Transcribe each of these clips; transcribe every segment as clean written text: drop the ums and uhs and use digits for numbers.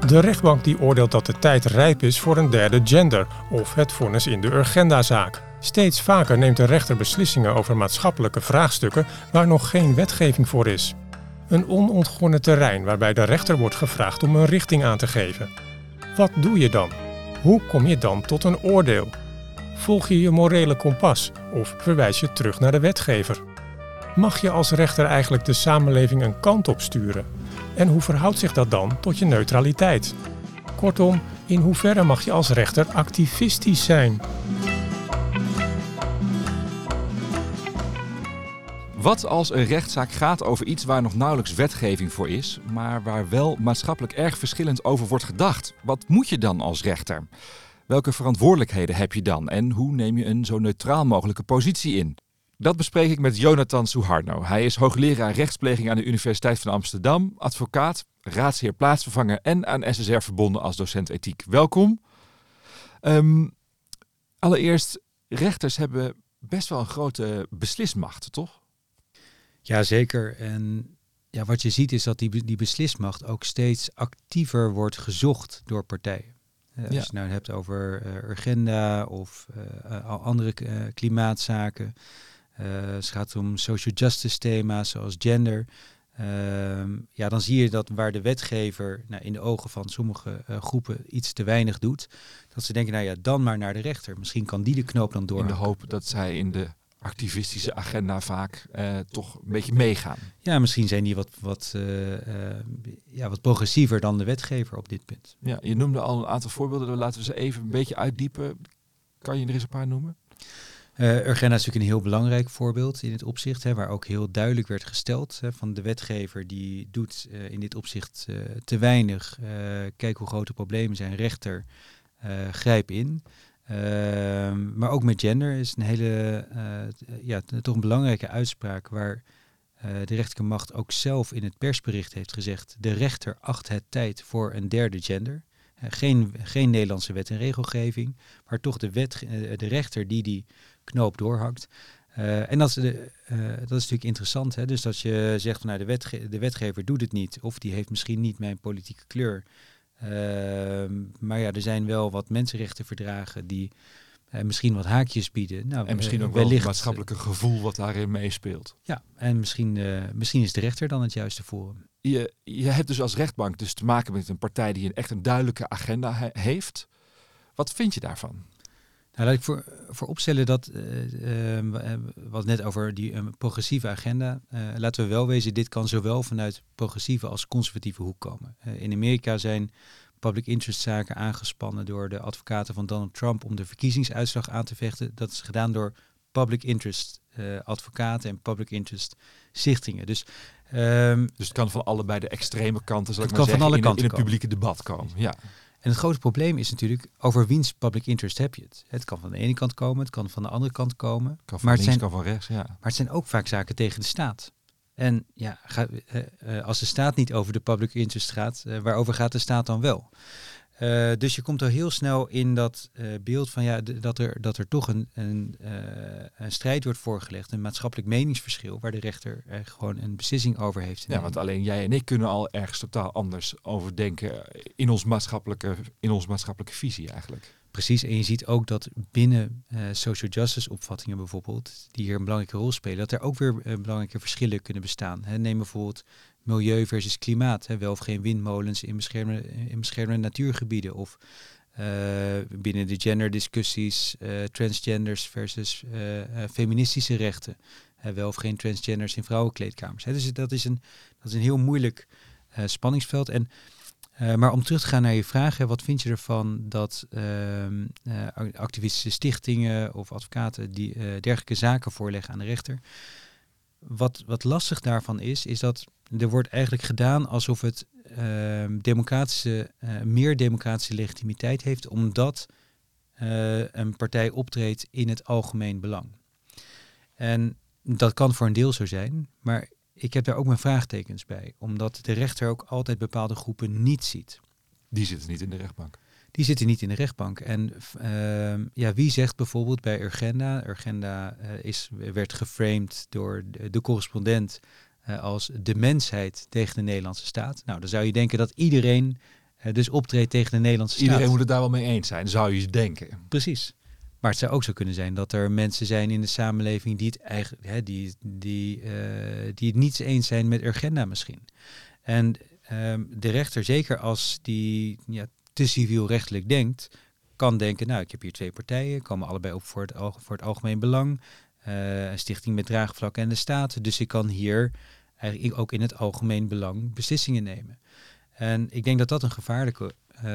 De rechtbank die oordeelt dat de tijd rijp is voor een derde gender of het vonnis in de Urgenda-zaak. Steeds vaker neemt de rechter beslissingen over maatschappelijke vraagstukken waar nog geen wetgeving voor is. Een onontgonnen terrein waarbij de rechter wordt gevraagd om een richting aan te geven. Wat doe je dan? Hoe kom je dan tot een oordeel? Volg je je morele kompas of verwijs je terug naar de wetgever? Mag je als rechter eigenlijk de samenleving een kant op sturen? En hoe verhoudt zich dat dan tot je neutraliteit? Kortom, in hoeverre mag je als rechter activistisch zijn? Wat als een rechtszaak gaat over iets waar nog nauwelijks wetgeving voor is, maar waar wel maatschappelijk erg verschillend over wordt gedacht? Wat moet je dan als rechter? Welke verantwoordelijkheden heb je dan en hoe neem je een zo neutraal mogelijke positie in? Dat bespreek ik met Jonathan Suharno. Hij is hoogleraar rechtspleging aan de Universiteit van Amsterdam, advocaat, raadsheer plaatsvervanger en aan SSR verbonden als docent ethiek. Welkom. Allereerst, rechters hebben best wel een grote beslismacht, toch? Ja, zeker. En ja, wat je ziet is dat die beslismacht ook steeds actiever wordt gezocht door partijen. Als je het nou hebt over Urgenda of andere klimaatzaken. Het gaat om social justice thema's zoals gender. Dan zie je dat waar de wetgever in de ogen van sommige groepen iets te weinig doet. Dat ze denken, dan maar naar de rechter. Misschien kan die de knoop dan doorhakken. In de hoop dat zij in de activistische agenda vaak toch een beetje meegaan. Ja, misschien zijn die wat progressiever dan de wetgever op dit punt. Ja, je noemde al een aantal voorbeelden. Laten we ze even een beetje uitdiepen. Kan je er eens een paar noemen? Urgenda is natuurlijk een heel belangrijk voorbeeld in dit opzicht, waar ook heel duidelijk werd gesteld van de wetgever die doet in dit opzicht te weinig. Kijk hoe grote problemen zijn, rechter, grijp in. Maar ook met gender is een hele, toch een belangrijke uitspraak waar de rechterlijke macht ook zelf in het persbericht heeft gezegd: de rechter acht het tijd voor een derde gender. Geen Nederlandse wet en regelgeving, maar toch de rechter die knoop doorhakt. En dat is natuurlijk interessant. Hè? Dus dat je zegt van de wetgever doet het niet, of die heeft misschien niet mijn politieke kleur. Maar er zijn wel wat mensenrechtenverdragen die misschien wat haakjes bieden. En misschien ook wel het maatschappelijke gevoel wat daarin meespeelt. Ja, en misschien is de rechter dan het juiste forum. Je hebt dus als rechtbank dus te maken met een partij die echt een duidelijke agenda heeft. Wat vind je daarvan? Nou, laat ik voor opstellen dat, wat net over die progressieve agenda, laten we wel wezen, dit kan zowel vanuit progressieve als conservatieve hoek komen. In Amerika zijn public interest zaken aangespannen door de advocaten van Donald Trump om de verkiezingsuitslag aan te vechten. Dat is gedaan door public interest advocaten en public interest zichtingen. Dus het kan van allebei de extreme kanten, zal ik maar zeggen, in het publieke debat komen. Ja. En het grote probleem is natuurlijk, over wiens public interest heb je het? Het kan van de ene kant komen, het kan van de andere kant komen. Kan van links, kan van rechts, ja. Maar het zijn ook vaak zaken tegen de staat. En ja, als de staat niet over de public interest gaat, waarover gaat de staat dan wel? Dus je komt al heel snel in dat beeld van dat er toch een strijd wordt voorgelegd, een maatschappelijk meningsverschil, waar de rechter gewoon een beslissing over heeft. Ja, want alleen jij en ik kunnen al ergens totaal anders over denken in ons maatschappelijke visie eigenlijk. Precies, en je ziet ook dat binnen social justice opvattingen bijvoorbeeld, die hier een belangrijke rol spelen, dat er ook weer belangrijke verschillen kunnen bestaan. Neem bijvoorbeeld milieu versus klimaat. Wel of geen windmolens in beschermde natuurgebieden. Of binnen de genderdiscussies, transgenders versus feministische rechten. Wel of geen transgenders in vrouwenkleedkamers. Dus dat is een heel moeilijk spanningsveld. Maar om terug te gaan naar je vraag, wat vind je ervan dat activistische stichtingen of advocaten die dergelijke zaken voorleggen aan de rechter? Wat lastig daarvan is dat er wordt eigenlijk gedaan alsof het meer democratische legitimiteit heeft, omdat een partij optreedt in het algemeen belang. En dat kan voor een deel zo zijn, maar ik heb daar ook mijn vraagtekens bij, omdat de rechter ook altijd bepaalde groepen niet ziet. Die zitten niet in de rechtbank. Die zitten niet in de rechtbank. En wie zegt bijvoorbeeld bij Urgenda... Urgenda werd geframed door de correspondent als de mensheid tegen de Nederlandse staat. Nou, dan zou je denken dat iedereen Dus optreedt tegen de Nederlandse staat. Iedereen moet het daar wel mee eens zijn, zou je denken. Precies. Maar het zou ook zo kunnen zijn dat er mensen zijn in de samenleving die het eigenlijk die het niet eens zijn met Urgenda misschien. En de rechter, zeker als die te civielrechtelijk denkt, kan denken, nou, ik heb hier 2 partijen, komen allebei op voor het algemeen belang, een stichting met draagvlak en de staat. Dus ik kan hier eigenlijk ook in het algemeen belang beslissingen nemen. En ik denk dat dat een gevaarlijke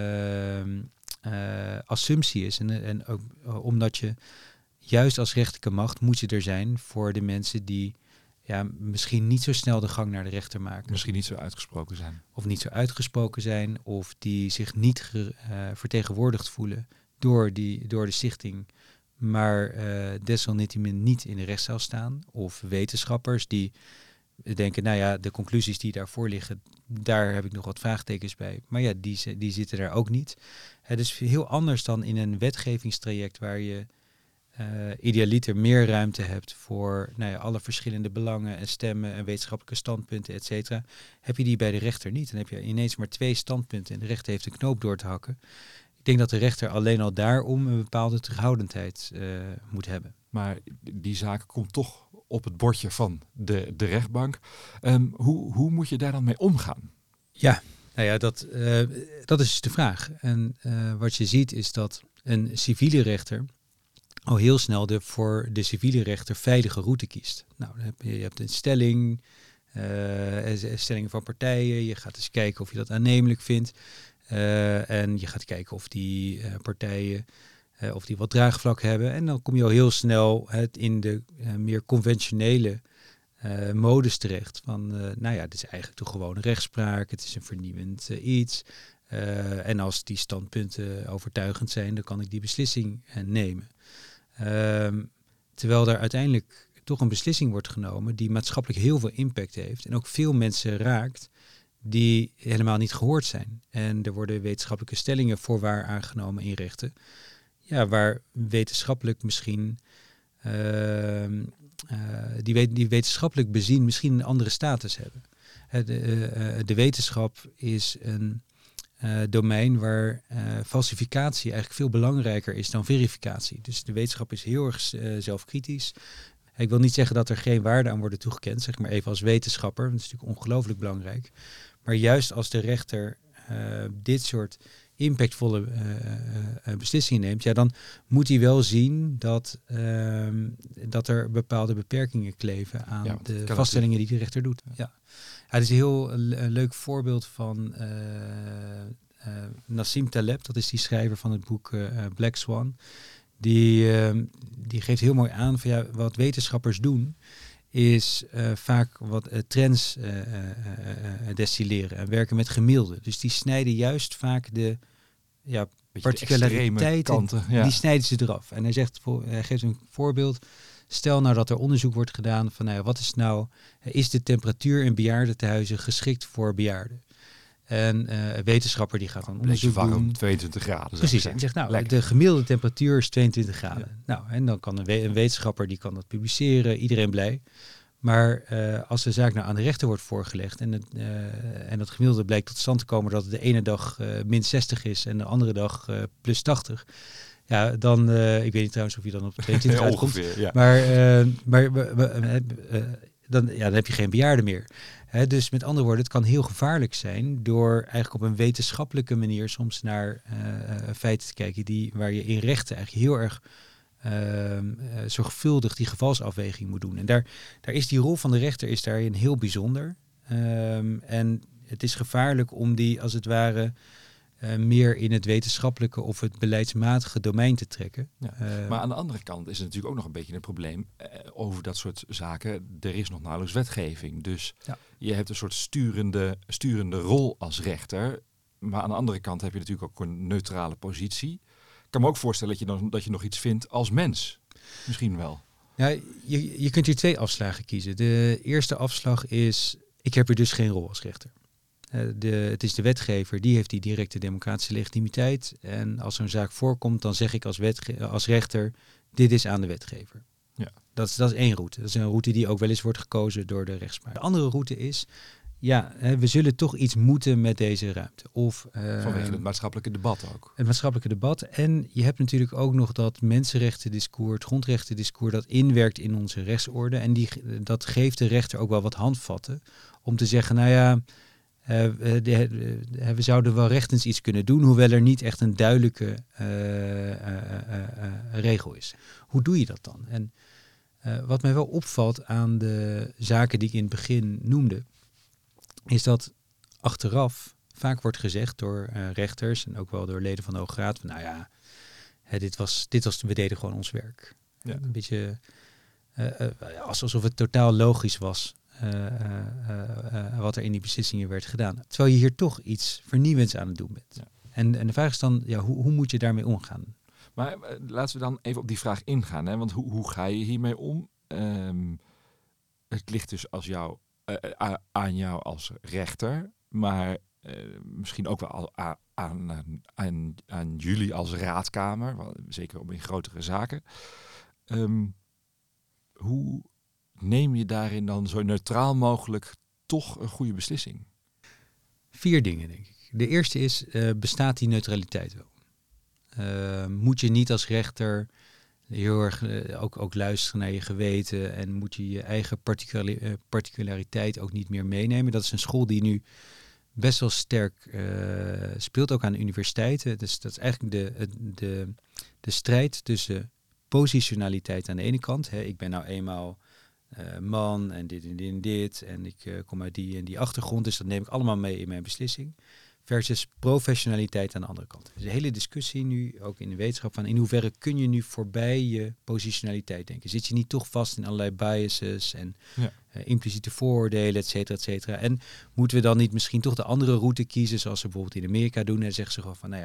assumptie is. En ook omdat je juist als rechterlijke macht moet je er zijn voor de mensen die misschien niet zo snel de gang naar de rechter maken. Misschien niet zo uitgesproken zijn. Of niet zo uitgesproken zijn, of die zich niet vertegenwoordigd voelen door de stichting, maar desalniettemin niet in de rechtszaal staan. Of wetenschappers die denken, nou ja, de conclusies die daarvoor liggen, daar heb ik nog wat vraagtekens bij. Maar ja, die zitten daar ook niet. Het is heel anders dan in een wetgevingstraject waar je idealiter meer ruimte hebt voor alle verschillende belangen en stemmen en wetenschappelijke standpunten, et cetera. Heb je die bij de rechter niet. Dan heb je ineens maar 2 standpunten en de rechter heeft een knoop door te hakken. Ik denk dat de rechter alleen al daarom een bepaalde terughoudendheid moet hebben. Maar die zaak komt toch op het bordje van de rechtbank. Hoe moet je daar dan mee omgaan? Ja, dat is dus de vraag. En wat je ziet is dat een civiele rechter al heel snel voor de civiele rechter veilige route kiest. Nou, je hebt een stelling, stellingen van partijen. Je gaat eens kijken of je dat aannemelijk vindt. En je gaat kijken of die partijen of die wat draagvlak hebben. En dan kom je al heel snel in de meer conventionele modus terecht. Van, het is eigenlijk toch gewoon een rechtspraak. Het is een vernieuwend iets. En als die standpunten overtuigend zijn, dan kan ik die beslissing nemen. Terwijl er uiteindelijk toch een beslissing wordt genomen die maatschappelijk heel veel impact heeft. En ook veel mensen raakt die helemaal niet gehoord zijn. En er worden wetenschappelijke stellingen voorwaar aangenomen in rechten. Ja, waar wetenschappelijk misschien die wetenschappelijk bezien misschien een andere status hebben. De wetenschap is een domein waar falsificatie eigenlijk veel belangrijker is dan verificatie. Dus de wetenschap is heel erg zelfkritisch. Ik wil niet zeggen dat er geen waarde aan worden toegekend, zeg maar even als wetenschapper. Dat is natuurlijk ongelooflijk belangrijk. Maar juist als de rechter dit soort impactvolle beslissingen neemt, dan moet hij wel zien dat er bepaalde beperkingen kleven aan de vaststellingen die de rechter doet. Ja. Het is een heel leuk voorbeeld van Nassim Taleb, dat is die schrijver van het boek Black Swan. Die geeft heel mooi aan van wat wetenschappers doen is vaak wat trends destilleren en werken met gemiddelden. Dus die snijden juist vaak de particulariteiten, die snijden ze eraf. En hij geeft een voorbeeld. Stel nou dat er onderzoek wordt gedaan van wat is nou, is de temperatuur in bejaardentehuizen geschikt voor bejaarden? En een wetenschapper die gaat dan onderzoek warm, doen. 22 graden. Precies, en zegt de gemiddelde temperatuur is 22 graden. Ja. Nou, en dan kan een wetenschapper die kan dat publiceren, iedereen blij. Maar als de zaak nou aan de rechter wordt voorgelegd en dat gemiddelde blijkt tot stand te komen dat het de ene dag min 60 is en de andere dag plus 80. Ja, dan, ik weet niet trouwens of je dan op 22 uitkomt. Ongeveer, ja. Maar dan heb je geen bejaarden meer. Dus met andere woorden, het kan heel gevaarlijk zijn door eigenlijk op een wetenschappelijke manier soms naar feiten te kijken waar je in rechten eigenlijk heel erg zorgvuldig die gevalsafweging moet doen. En daar is die rol van de rechter is daarin heel bijzonder. En het is gevaarlijk om die als het ware meer in het wetenschappelijke of het beleidsmatige domein te trekken. Ja. Maar aan de andere kant is het natuurlijk ook nog een beetje een probleem over dat soort zaken. Er is nog nauwelijks wetgeving. Dus je hebt een soort sturende rol als rechter. Maar aan de andere kant heb je natuurlijk ook een neutrale positie. Ik kan me ook voorstellen dat je nog iets vindt als mens. Misschien wel. Ja, je kunt hier 2 afslagen kiezen. De eerste afslag is, ik heb er dus geen rol als rechter. Het is de wetgever, die heeft die directe democratische legitimiteit. En als zo'n zaak voorkomt, dan zeg ik als rechter, dit is aan de wetgever. Ja. Dat is 1 route. Dat is een route die ook wel eens wordt gekozen door de rechtspraak. De andere route is, we zullen toch iets moeten met deze ruimte. Of, vanwege het maatschappelijke debat ook. Het maatschappelijke debat. En je hebt natuurlijk ook nog dat mensenrechtendiscours, het grondrechtendiscours, dat inwerkt in onze rechtsorde. En dat geeft de rechter ook wel wat handvatten om te zeggen, we zouden wel rechtens iets kunnen doen, hoewel er niet echt een duidelijke regel is. Hoe doe je dat dan? En wat mij wel opvalt aan de zaken die ik in het begin noemde, is dat achteraf vaak wordt gezegd door rechters en ook wel door leden van de Hoge Raad, van, we deden gewoon ons werk. Ja. Een beetje alsof het totaal logisch was wat er in die beslissingen werd gedaan. Terwijl je hier toch iets vernieuwends aan het doen bent. Ja. En de vraag is dan, hoe moet je daarmee omgaan? Maar laten we dan even op die vraag ingaan. Hè? Want hoe ga je hiermee om? Het ligt dus aan jou als rechter, maar misschien ook wel aan jullie als raadkamer, zeker in grotere zaken. Hoe neem je daarin dan zo neutraal mogelijk toch een goede beslissing? 4 dingen, denk ik. De eerste is, bestaat die neutraliteit wel? Moet je niet als rechter heel erg ook luisteren naar je geweten en moet je je eigen particulariteit ook niet meer meenemen? Dat is een school die nu best wel sterk speelt, ook aan de universiteiten. Dus dat is eigenlijk de strijd tussen positionaliteit aan de ene kant. Ik ben nou eenmaal man en dit en dit en dit en ik kom uit die en die achtergrond, dus dat neem ik allemaal mee in mijn beslissing. Versus professionaliteit aan de andere kant. Dus de hele discussie nu, ook in de wetenschap, van in hoeverre kun je nu voorbij je positionaliteit denken? Zit je niet toch vast in allerlei biases en impliciete vooroordelen, et cetera, et cetera? En moeten we dan niet misschien toch de andere route kiezen, zoals ze bijvoorbeeld in Amerika doen? En zeggen ze gewoon van,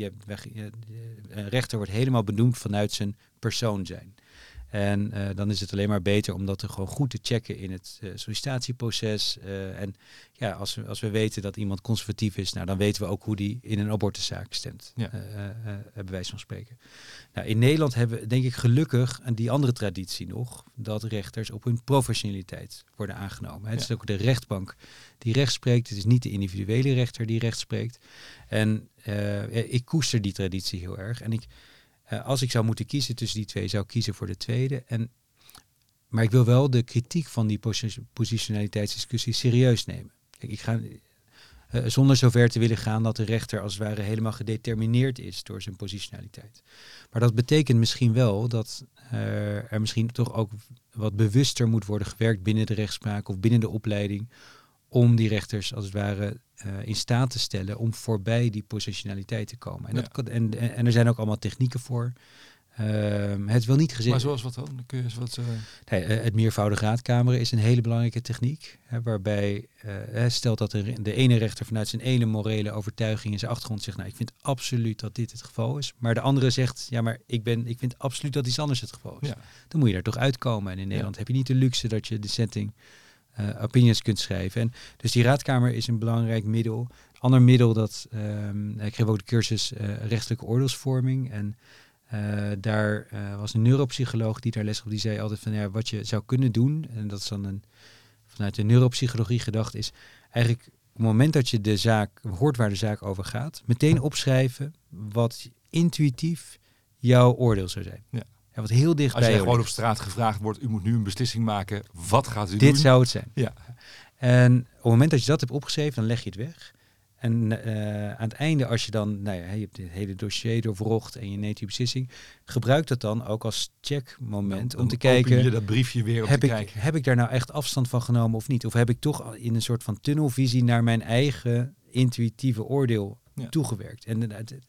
een rechter wordt helemaal benoemd vanuit zijn persoon zijn. En dan is het alleen maar beter om dat er gewoon goed te checken in het sollicitatieproces. Als we weten dat iemand conservatief is, dan weten we ook hoe die in een abortuszaak stemt. Ja. Bij wijze van spreken. Nou, in Nederland hebben we, denk ik, gelukkig die andere traditie nog, dat rechters op hun professionaliteit worden aangenomen. Het is ook de rechtbank die recht spreekt. Het is niet de individuele rechter die recht spreekt. En ik koester die traditie heel erg. En als ik zou moeten kiezen tussen die twee, zou ik kiezen voor de tweede. Maar ik wil wel de kritiek van die positionaliteitsdiscussie serieus nemen. Kijk, ik ga zonder zover te willen gaan dat de rechter als het ware helemaal gedetermineerd is door zijn positionaliteit. Maar dat betekent misschien wel dat er misschien toch ook wat bewuster moet worden gewerkt binnen de rechtspraak of binnen de opleiding, om die rechters als het ware in staat te stellen om voorbij die positionaliteit te komen. En, en er zijn ook allemaal technieken voor. Het wil niet gezegd. Maar zoals wat dan? Kun je eens wat? Het meervoudig raadkameren is een hele belangrijke techniek. Waarbij stelt dat de ene rechter vanuit zijn ene morele overtuiging in zijn achtergrond zegt, ik vind absoluut dat dit het geval is. Maar de andere zegt, maar ik vind absoluut dat iets anders het geval is. Ja. Dan moet je er toch uitkomen. En in Nederland heb je niet de luxe dat je dissenting opinions kunt schrijven. En dus die raadkamer is een belangrijk middel. Ander middel ik geef ook de cursus rechtelijke oordeelsvorming. En daar was een neuropsycholoog die daar les gaf. Die zei altijd van wat je zou kunnen doen. En dat is dan vanuit de neuropsychologie gedacht is eigenlijk op het moment dat je de zaak hoort waar de zaak over gaat, meteen opschrijven wat intuïtief jouw oordeel zou zijn. Ja. Ja, wat heel dicht als bij je gewoon op straat gevraagd wordt, u moet nu een beslissing maken, wat gaat u doen? Dit zou het zijn. Ja. En op het moment dat je dat hebt opgeschreven, dan leg je het weg. En aan het einde, als je dan, je hebt het hele dossier doorwrocht en je neemt die beslissing, gebruik dat dan ook als checkmoment om te kijken, je dat briefje weer op te kijken. Heb ik daar nou echt afstand van genomen of niet? Of heb ik toch in een soort van tunnelvisie naar mijn eigen intuïtieve oordeel toegewerkt? En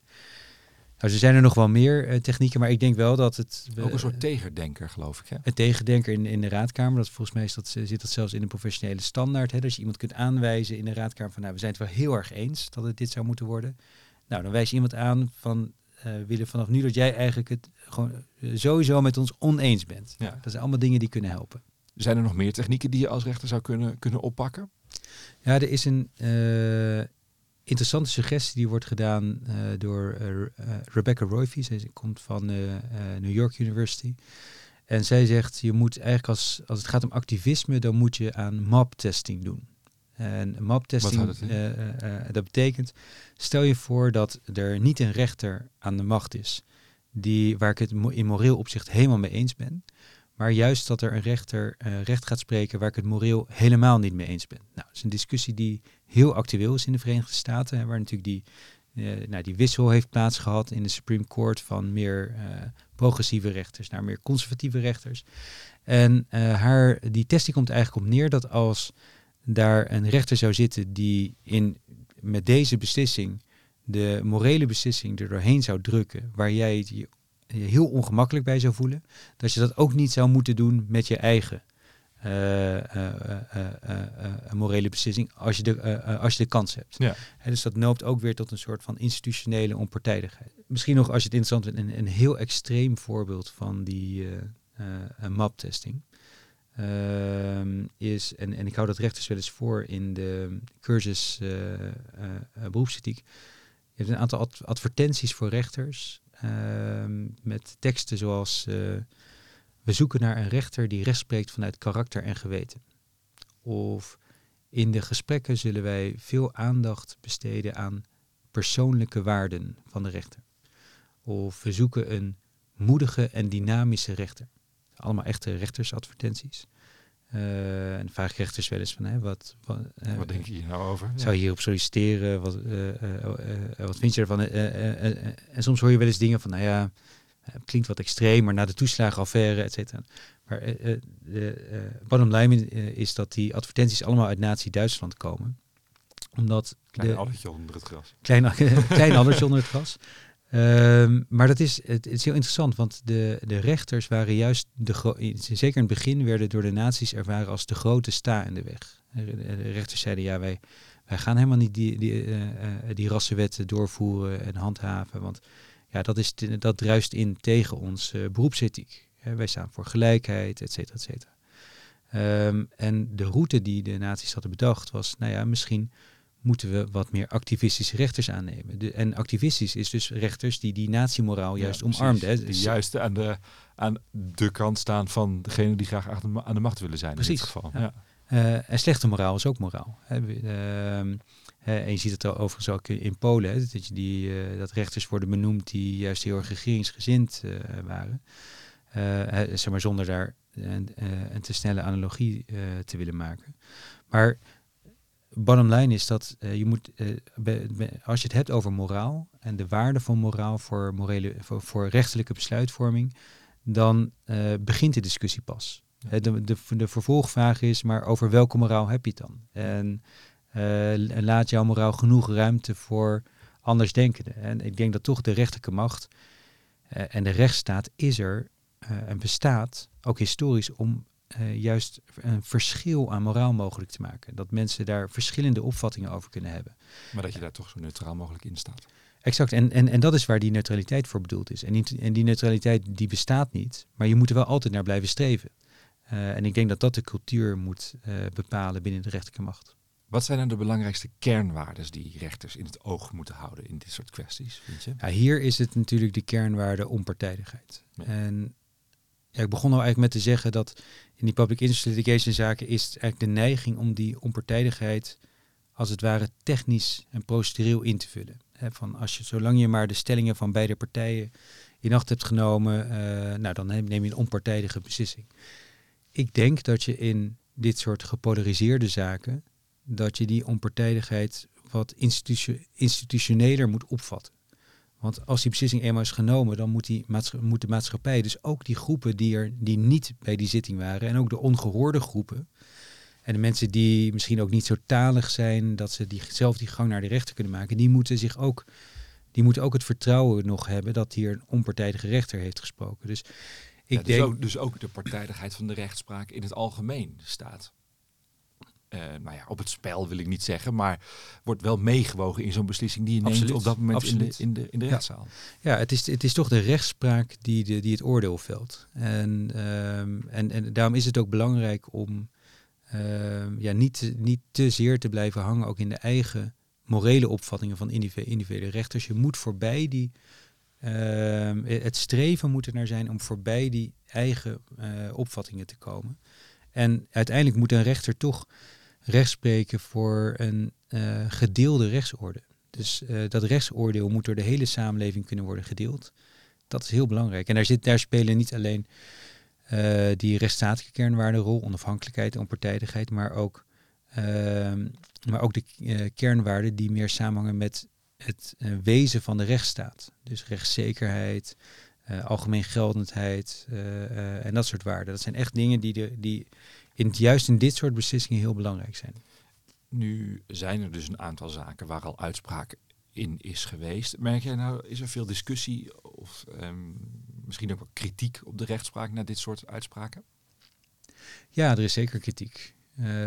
er zijn er nog wel meer technieken, maar ik denk wel dat het... Ook een soort tegendenker, geloof ik. Hè? Een tegendenker in de raadkamer. Dat volgens mij zit dat zelfs in een professionele standaard. Hè? Dus je iemand kunt aanwijzen in de raadkamer van, we zijn het wel heel erg eens dat het dit zou moeten worden. Nou, dan wijst iemand aan van, willen vanaf nu dat jij eigenlijk het gewoon sowieso met ons oneens bent. Ja. Dat zijn allemaal dingen die kunnen helpen. Zijn er nog meer technieken die je als rechter zou kunnen oppakken? Ja, er is een interessante suggestie die wordt gedaan door Rebecca Royfi. Zij komt van New York University. En zij zegt, je moet eigenlijk als het gaat om activisme, dan moet je aan mob testing doen. En maptesting, Wat houdt het dat betekent, stel je voor dat er niet een rechter aan de macht is, waar ik het in moreel opzicht helemaal mee eens ben, maar juist dat er een rechter recht gaat spreken waar ik het moreel helemaal niet mee eens ben. Nou, dat is een discussie die heel actueel is in de Verenigde Staten, hè, waar natuurlijk die wissel heeft plaatsgehad in de Supreme Court van meer progressieve rechters naar meer conservatieve rechters. En die test die komt eigenlijk op neer dat als daar een rechter zou zitten die met deze beslissing de morele beslissing er doorheen zou drukken, waar jij je heel ongemakkelijk bij zou voelen, dat je dat ook niet zou moeten doen met je eigen morele beslissing als je de kans hebt. Ja. Dus dat noopt ook weer tot een soort van institutionele onpartijdigheid. Misschien nog, als je het interessant vindt, een heel extreem voorbeeld van die maptesting is, en ik hou dat rechters wel eens voor in de cursus beroepsethiek. Je hebt een aantal advertenties voor rechters met teksten zoals we zoeken naar een rechter die recht spreekt vanuit karakter en geweten. Of in de gesprekken zullen wij veel aandacht besteden aan persoonlijke waarden van de rechter. Of we zoeken een moedige en dynamische rechter. Allemaal echte rechtersadvertenties. En dan vraag ik rechters wel eens van, wat denk je hier nou over? Zou je hierop solliciteren? Wat vind je ervan? En soms hoor je wel eens dingen van, het klinkt wat extreem, maar na de toeslagenaffaire, et cetera. Maar bottom line is dat die advertenties allemaal uit Nazi-Duitsland komen. Omdat klein addertje onder het gras. Klein addertje onder het gras. Maar het is heel interessant, want de rechters waren juist, zeker in het begin, werden door de nazi's ervaren als de grote sta in de weg. De rechters zeiden, wij gaan helemaal niet die rassenwetten doorvoeren en handhaven, want dat druist in tegen onze beroepsethiek. Wij staan voor gelijkheid, et cetera, et cetera. En de route die de nazi's hadden bedacht was, misschien moeten we wat meer activistische rechters aannemen. En activistisch is dus rechters die natiemoraal juist omarmden. Die juist aan de kant staan van degene die graag aan de macht willen zijn. Precies. In dit geval. Ja. En slechte moraal is ook moraal. En je ziet het overigens ook in Polen, dat rechters worden benoemd die juist heel erg regeringsgezind waren. Zeg maar zonder daar een te snelle analogie te willen maken. Maar bottom line is dat je moet, als je het hebt over moraal en de waarde van moraal voor rechtelijke besluitvorming, dan begint de discussie pas. De vervolgvraag is, maar over welke moraal heb je het dan? En laat jouw moraal genoeg ruimte voor andersdenkenden? En ik denk dat toch de rechterlijke macht en de rechtsstaat is er en bestaat, ook historisch, om juist een verschil aan moraal mogelijk te maken. Dat mensen daar verschillende opvattingen over kunnen hebben. Maar dat je daar toch zo neutraal mogelijk in staat. Exact, en dat is waar die neutraliteit voor bedoeld is. En die neutraliteit die bestaat niet, maar je moet er wel altijd naar blijven streven. En ik denk dat de cultuur moet bepalen binnen de rechterlijke macht. Wat zijn nou de belangrijkste kernwaarden die rechters in het oog moeten houden in dit soort kwesties, vind je? Ja, hier is het natuurlijk de kernwaarde onpartijdigheid. Ja. En ik begon al eigenlijk met te zeggen dat in die public interest litigation zaken is het eigenlijk de neiging om die onpartijdigheid als het ware technisch en procedureel in te vullen. Zolang je maar de stellingen van beide partijen in acht hebt genomen, dan neem je een onpartijdige beslissing. Ik denk dat je in dit soort gepolariseerde zaken, dat je die onpartijdigheid wat institutioneler moet opvatten. Want als die beslissing eenmaal is genomen, dan moet de maatschappij, dus ook die groepen die niet bij die zitting waren, en ook de ongehoorde groepen, en de mensen die misschien ook niet zo talig zijn, dat ze zelf die gang naar de rechter kunnen maken, die moeten ook het vertrouwen nog hebben dat hier een onpartijdige rechter heeft gesproken. Dus ik denk dus ook de partijdigheid van de rechtspraak in het algemeen staat. Op het spel wil ik niet zeggen, maar wordt wel meegewogen in zo'n beslissing die je neemt op dat moment in de rechtszaal. Ja, het is toch de rechtspraak die het oordeel velt. En daarom is het ook belangrijk om niet te zeer te blijven hangen ook in de eigen morele opvattingen van individuele rechters. Je moet voorbij het streven moet er naar zijn om voorbij die eigen opvattingen te komen. En uiteindelijk moet een rechter toch rechtspreken voor een gedeelde rechtsorde. Dus dat rechtsoordeel moet door de hele samenleving kunnen worden gedeeld. Dat is heel belangrijk. En daar spelen niet alleen die rechtsstatelijke kernwaarden een rol, onafhankelijkheid, onpartijdigheid, maar ook de kernwaarden die meer samenhangen met het wezen van de rechtsstaat. Dus rechtszekerheid, algemeen geldendheid en dat soort waarden. Dat zijn echt dingen die juist in dit soort beslissingen heel belangrijk zijn. Nu zijn er dus een aantal zaken waar al uitspraak in is geweest. Merk jij nou, is er veel discussie of misschien ook wel kritiek op de rechtspraak na dit soort uitspraken? Ja, er is zeker kritiek.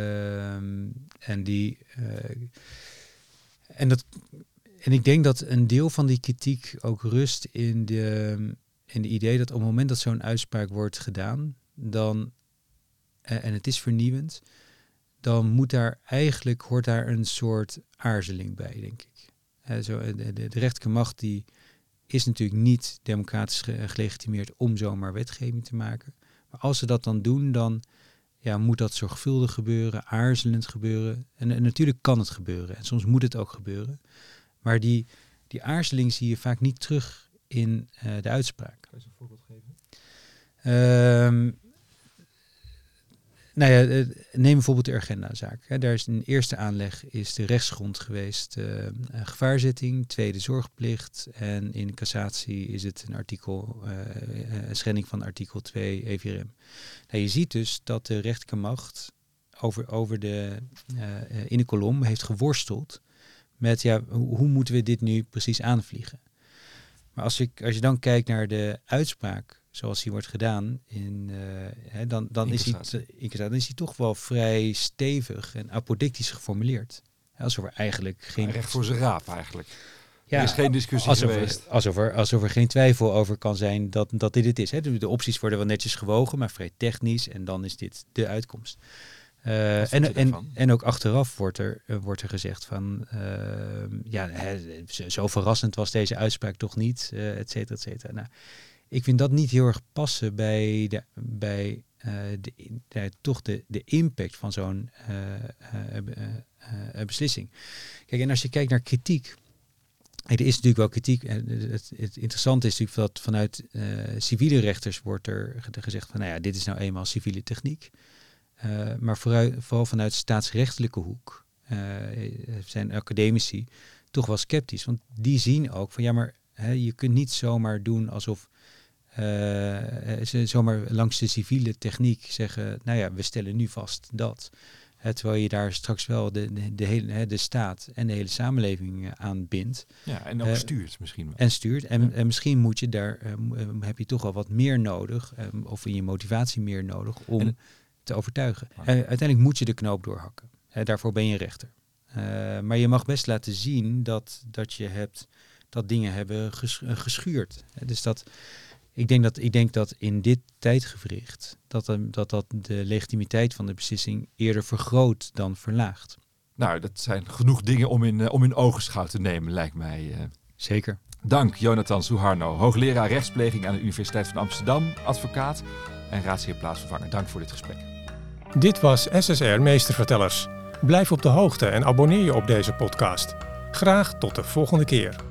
En ik denk dat een deel van die kritiek ook rust in de idee dat op het moment dat zo'n uitspraak wordt gedaan, dan, en het is vernieuwend, dan hoort daar een soort aarzeling bij, denk ik. De rechterlijke macht die is natuurlijk niet democratisch gelegitimeerd om zomaar wetgeving te maken. Maar als ze dat dan doen, dan moet dat zorgvuldig gebeuren, aarzelend gebeuren. En natuurlijk kan het gebeuren. En soms moet het ook gebeuren. Maar die aarzeling zie je vaak niet terug in de uitspraak. Kan je eens een voorbeeld geven? Neem bijvoorbeeld de Urgenda-zaak. Daar is een eerste aanleg is de rechtsgrond geweest, gevaarzetting, tweede zorgplicht. En in cassatie is het een schending van artikel 2 EVRM. Je ziet dus dat de rechterlijke macht in de kolom heeft geworsteld met hoe moeten we dit nu precies aanvliegen. Maar als je dan kijkt naar de uitspraak zoals die wordt gedaan, dan is hij toch wel vrij stevig en apodictisch geformuleerd. Alsof er eigenlijk geen... Recht voor zijn raap eigenlijk. Ja, er is geen discussie geweest. Alsof er geen twijfel over kan zijn dat dit het is. De opties worden wel netjes gewogen, maar vrij technisch. En dan is dit de uitkomst. En ook achteraf wordt er gezegd van... zo verrassend was deze uitspraak toch niet, et cetera, et cetera. Nou, ik vind dat niet heel erg passen bij de impact van zo'n beslissing. Kijk, en als je kijkt naar kritiek... Er is natuurlijk wel kritiek. Het interessante is natuurlijk dat vanuit civiele rechters wordt er gezegd van... dit is nou eenmaal civiele techniek. Maar vooral vanuit staatsrechtelijke hoek zijn academici toch wel sceptisch. Want die zien ook van je kunt niet zomaar doen alsof... zomaar langs de civiele techniek zeggen... we stellen nu vast dat... terwijl je daar straks wel de staat en de hele samenleving aan bindt. Ja, en ook stuurt misschien wel. En stuurt. En misschien moet je daar heb je toch wel wat meer nodig... of in je motivatie meer nodig om te overtuigen. Uiteindelijk moet je de knoop doorhakken. Daarvoor ben je rechter. Maar je mag best laten zien dat dingen hebben geschuurd. Dus dat... Ik denk dat in dit tijdgewricht dat de legitimiteit van de beslissing eerder vergroot dan verlaagt. Nou, dat zijn genoeg dingen om in ogenschouw te nemen, lijkt mij. Zeker. Dank, Jonathan Suharno, hoogleraar rechtspleging aan de Universiteit van Amsterdam, advocaat en raadsheer plaatsvervanger. Dank voor dit gesprek. Dit was SSR Meestervertellers. Blijf op de hoogte en abonneer je op deze podcast. Graag tot de volgende keer.